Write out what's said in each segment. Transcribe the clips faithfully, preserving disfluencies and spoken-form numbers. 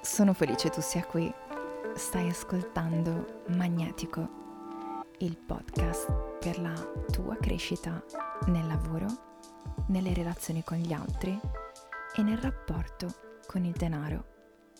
Sono felice tu sia qui. Stai ascoltando Magnetico, il podcast per la tua crescita nel lavoro, nelle relazioni con gli altri e nel rapporto con il denaro.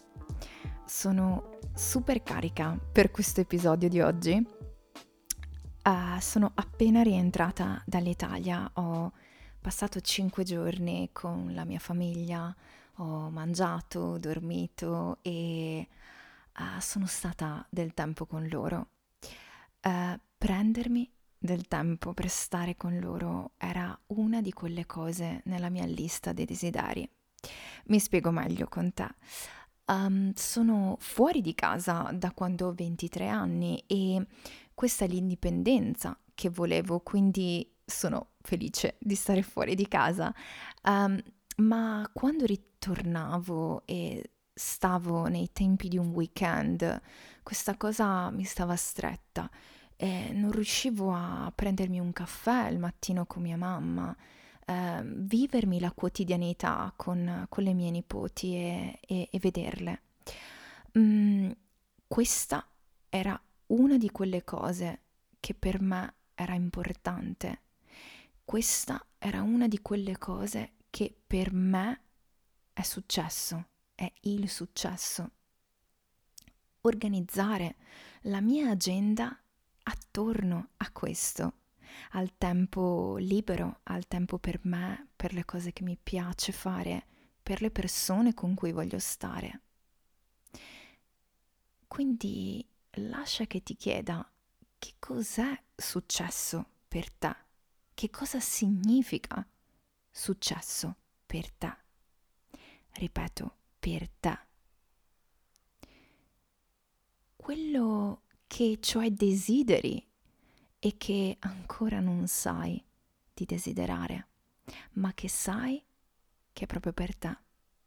Sono super carica per questo episodio di oggi. Uh, sono appena rientrata dall'Italia, ho passato cinque giorni con la mia famiglia, ho mangiato, dormito e uh, sono stata del tempo con loro. Uh, prendermi del tempo per stare con loro era una di quelle cose nella mia lista dei desideri. Mi spiego meglio con te. Um, sono fuori di casa da quando ho ventitré anni e questa è l'indipendenza che volevo, quindi sono felice di stare fuori di casa. Um, ma quando ritornavo e stavo nei tempi di un weekend, questa cosa mi stava stretta e non riuscivo a prendermi un caffè il mattino con mia mamma, eh, vivermi la quotidianità con, con le mie nipoti e, e, e vederle. Mm, questa era una di quelle cose che per me era importante. Questa era una di quelle cose che per me è successo, è il successo. Organizzare la mia agenda attorno a questo, al tempo libero, al tempo per me, per le cose che mi piace fare, per le persone con cui voglio stare. Quindi lascia che ti chieda che cos'è successo per te, che cosa significa successo per te. Ripeto, per te. Quello che cioè desideri e che ancora non sai di desiderare, ma che sai che è proprio per te.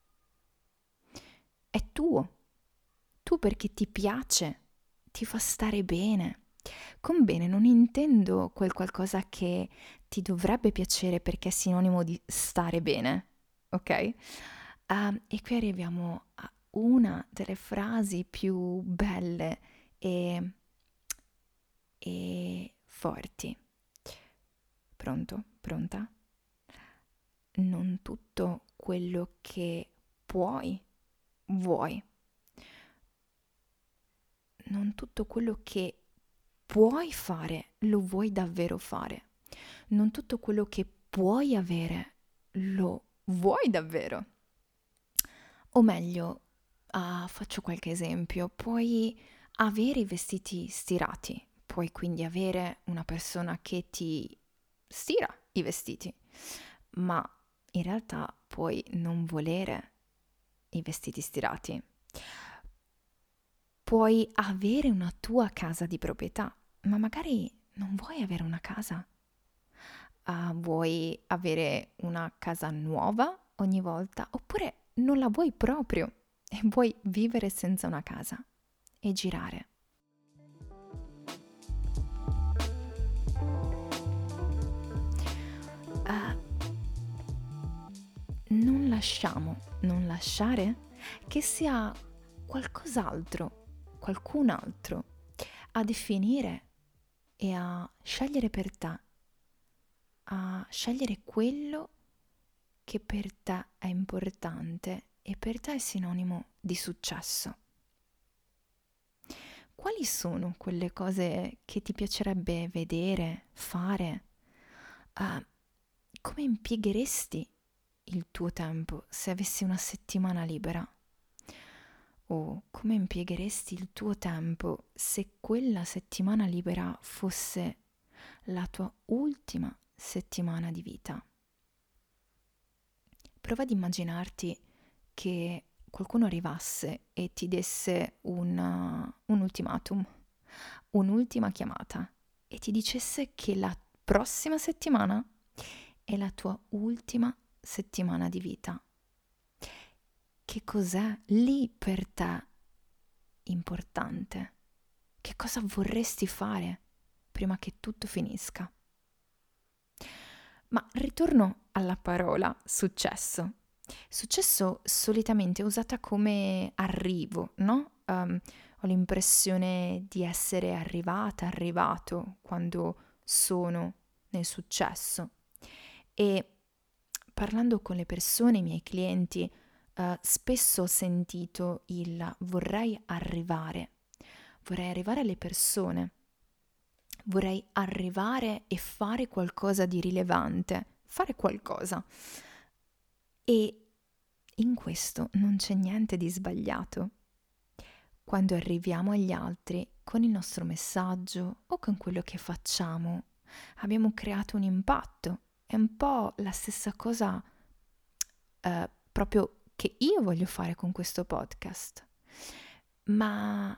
È tuo, tu perché ti piace, ti fa stare bene. Con bene non intendo quel qualcosa che ti dovrebbe piacere perché è sinonimo di stare bene, ok? Uh, e qui arriviamo a una delle frasi più belle e, e forti. Pronto? Pronta? Non tutto quello che puoi, vuoi. Non tutto quello che puoi fare, lo vuoi davvero fare. Non tutto quello che puoi avere, lo vuoi davvero. O meglio, uh, faccio qualche esempio, puoi avere i vestiti stirati, puoi quindi avere una persona che ti stira i vestiti, ma in realtà puoi non volere i vestiti stirati. Puoi avere una tua casa di proprietà, ma magari non vuoi avere una casa. Uh, vuoi avere una casa nuova ogni volta, oppure non la vuoi proprio e vuoi vivere senza una casa e girare. Uh, non lasciamo, non lasciare che sia qualcos'altro, qualcun altro a definire e a scegliere per te, a scegliere quello che per te è importante e per te è sinonimo di successo. Quali sono quelle cose che ti piacerebbe vedere, fare? Uh, come impiegheresti il tuo tempo se avessi una settimana libera? O come impiegheresti il tuo tempo se quella settimana libera fosse la tua ultima settimana di vita? Prova ad immaginarti che qualcuno arrivasse e ti desse una, un ultimatum, un'ultima chiamata e ti dicesse che la prossima settimana è la tua ultima settimana di vita. Che cos'è lì per te importante? Che cosa vorresti fare prima che tutto finisca? Ma ritorno alla parola successo. Successo solitamente è usata come arrivo, no? Um, ho l'impressione di essere arrivata, arrivato quando sono nel successo. E parlando con le persone, i miei clienti, uh, spesso ho sentito il vorrei arrivare, vorrei arrivare alle persone, vorrei arrivare e fare qualcosa di rilevante, fare qualcosa. E in questo non c'è niente di sbagliato. Quando arriviamo agli altri con il nostro messaggio o con quello che facciamo, abbiamo creato un impatto. È un po' la stessa cosa eh, proprio che io voglio fare con questo podcast. Ma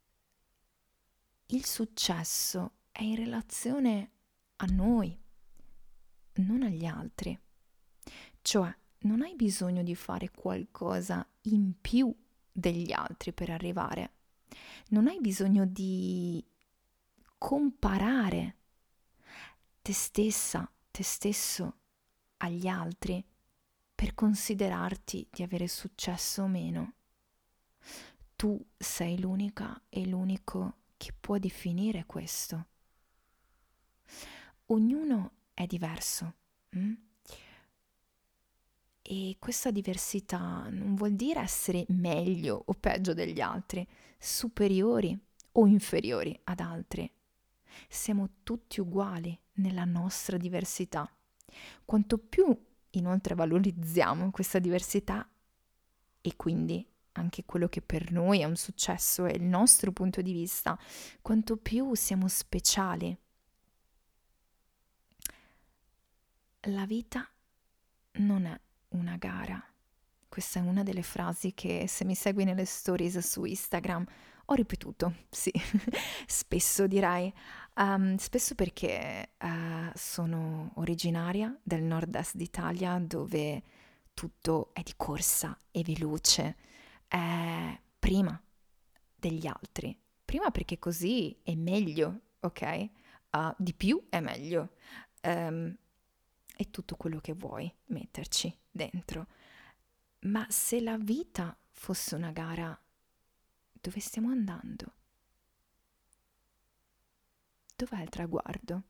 il successo è in relazione a noi, non agli altri. Cioè, non hai bisogno di fare qualcosa in più degli altri per arrivare. Non hai bisogno di comparare te stessa, te stesso agli altri per considerarti di avere successo o meno. Tu sei l'unica e l'unico che può definire questo. Ognuno è diverso. Hm? E questa diversità non vuol dire essere meglio o peggio degli altri, superiori o inferiori ad altri. Siamo tutti uguali nella nostra diversità. Quanto più inoltre valorizziamo questa diversità e quindi anche quello che per noi è un successo è il nostro punto di vista, quanto più siamo speciali. La vita non è una gara. Questa è una delle frasi che, se mi segui nelle stories su Instagram, ho ripetuto, sì, spesso direi, um, spesso perché uh, sono originaria del nord-est d'Italia dove tutto è di corsa, è veloce, è prima degli altri, prima perché così è meglio, ok? Uh, di più è meglio. Um, è tutto quello che vuoi metterci dentro. Ma se la vita fosse una gara, dove stiamo andando? Dov'è il traguardo?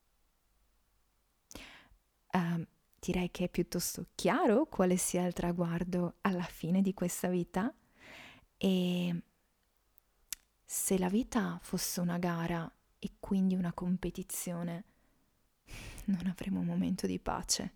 Uh, direi che è piuttosto chiaro quale sia il traguardo alla fine di questa vita. E se la vita fosse una gara e quindi una competizione, non avremo un momento di pace.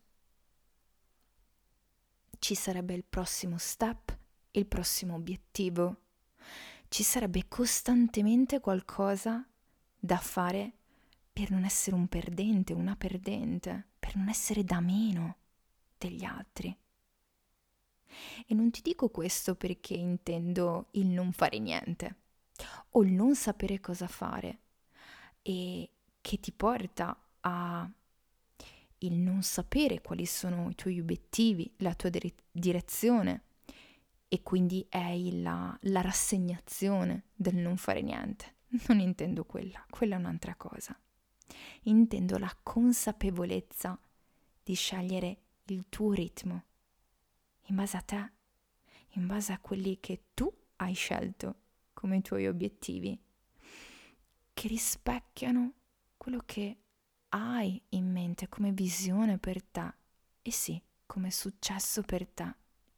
Ci sarebbe il prossimo step, il prossimo obiettivo. Ci sarebbe costantemente qualcosa da fare per non essere un perdente, una perdente, per non essere da meno degli altri. E non ti dico questo perché intendo il non fare niente o il non sapere cosa fare e che ti porta a il non sapere quali sono i tuoi obiettivi, la tua dire- direzione e quindi è il- la, la rassegnazione del non fare niente. Non intendo quella, quella è un'altra cosa. Intendo la consapevolezza di scegliere il tuo ritmo in base a te, in base a quelli che tu hai scelto come i tuoi obiettivi, che rispecchiano quello che hai in mente come visione per te e sì, come successo per te.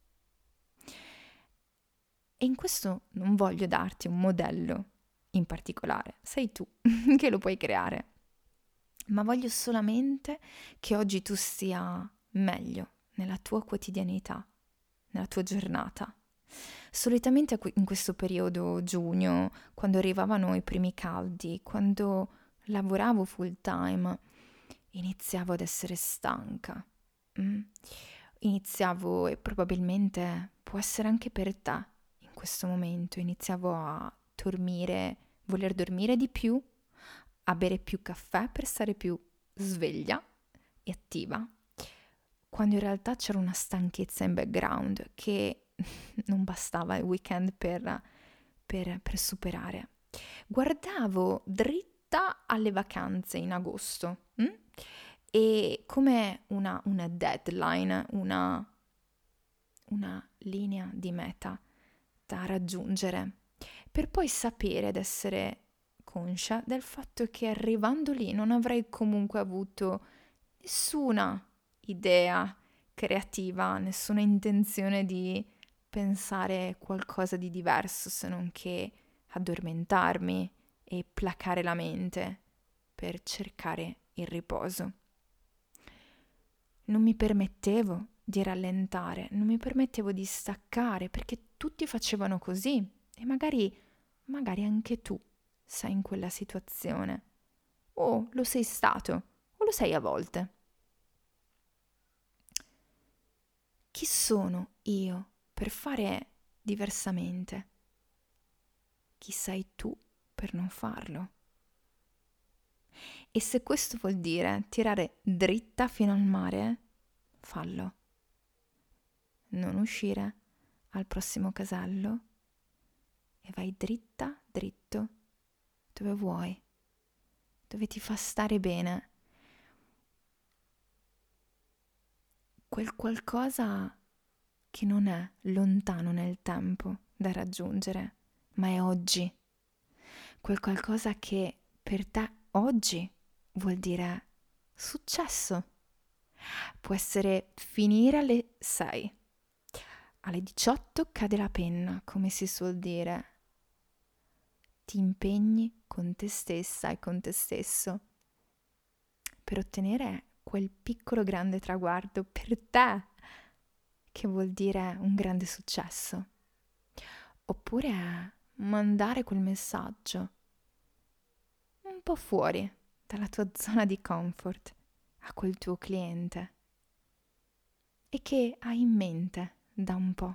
E in questo non voglio darti un modello in particolare, sei tu che lo puoi creare, ma voglio solamente che oggi tu stia meglio nella tua quotidianità, nella tua giornata. Solitamente in questo periodo giugno, quando arrivavano i primi caldi, quando lavoravo full time, iniziavo ad essere stanca. Mm? Iniziavo, e probabilmente può essere anche per te in questo momento, iniziavo a dormire, voler dormire di più, a bere più caffè per stare più sveglia e attiva, quando in realtà c'era una stanchezza in background che non bastava il weekend per, per, per superare. Guardavo dritta alle vacanze in agosto hm? E come una, una deadline, una, una linea di meta da raggiungere, per poi sapere ed essere conscia del fatto che arrivando lì non avrei comunque avuto nessuna idea creativa, nessuna intenzione di pensare qualcosa di diverso se non che addormentarmi e placare la mente per cercare il riposo. Non mi permettevo di rallentare, non mi permettevo di staccare perché tutti facevano così e magari, magari anche tu sei in quella situazione o lo sei stato o lo sei a volte. Chi sono io per fare diversamente? Chi sei tu per non farlo? E se questo vuol dire tirare dritta fino al mare, fallo. Non uscire al prossimo casello e vai dritta, dritto, dove vuoi, dove ti fa stare bene. Quel qualcosa che non è lontano nel tempo da raggiungere, ma è oggi. Quel qualcosa che per te oggi vuol dire successo. Può essere finire alle sei. Alle diciotto cade la penna, come si suol dire. Ti impegni con te stessa e con te stesso per ottenere quel piccolo grande traguardo per te, che vuol dire un grande successo. Oppure mandare quel messaggio un po' fuori dalla tua zona di comfort a quel tuo cliente e che hai in mente da un po'.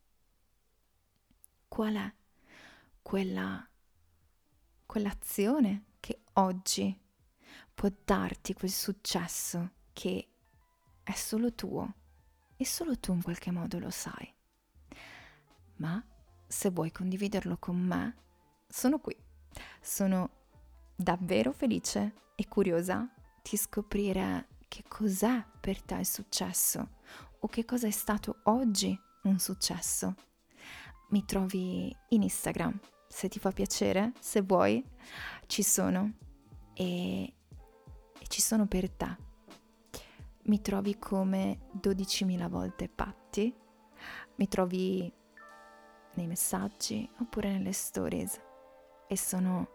Qual è quella, quell'azione che oggi può darti quel successo che è solo tuo e solo tu in qualche modo lo sai? Ma se vuoi condividerlo con me, sono qui. Sono davvero felice e curiosa di scoprire che cos'è per te il successo o che cosa è stato oggi un successo. Mi trovi in Instagram, se ti fa piacere, se vuoi, ci sono e, e ci sono per te. Mi trovi come dodicimila volte Patti, mi trovi nei messaggi oppure nelle stories e sono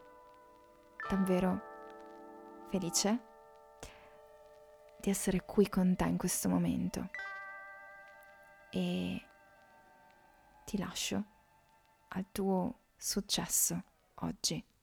davvero felice di essere qui con te in questo momento e ti lascio al tuo successo oggi.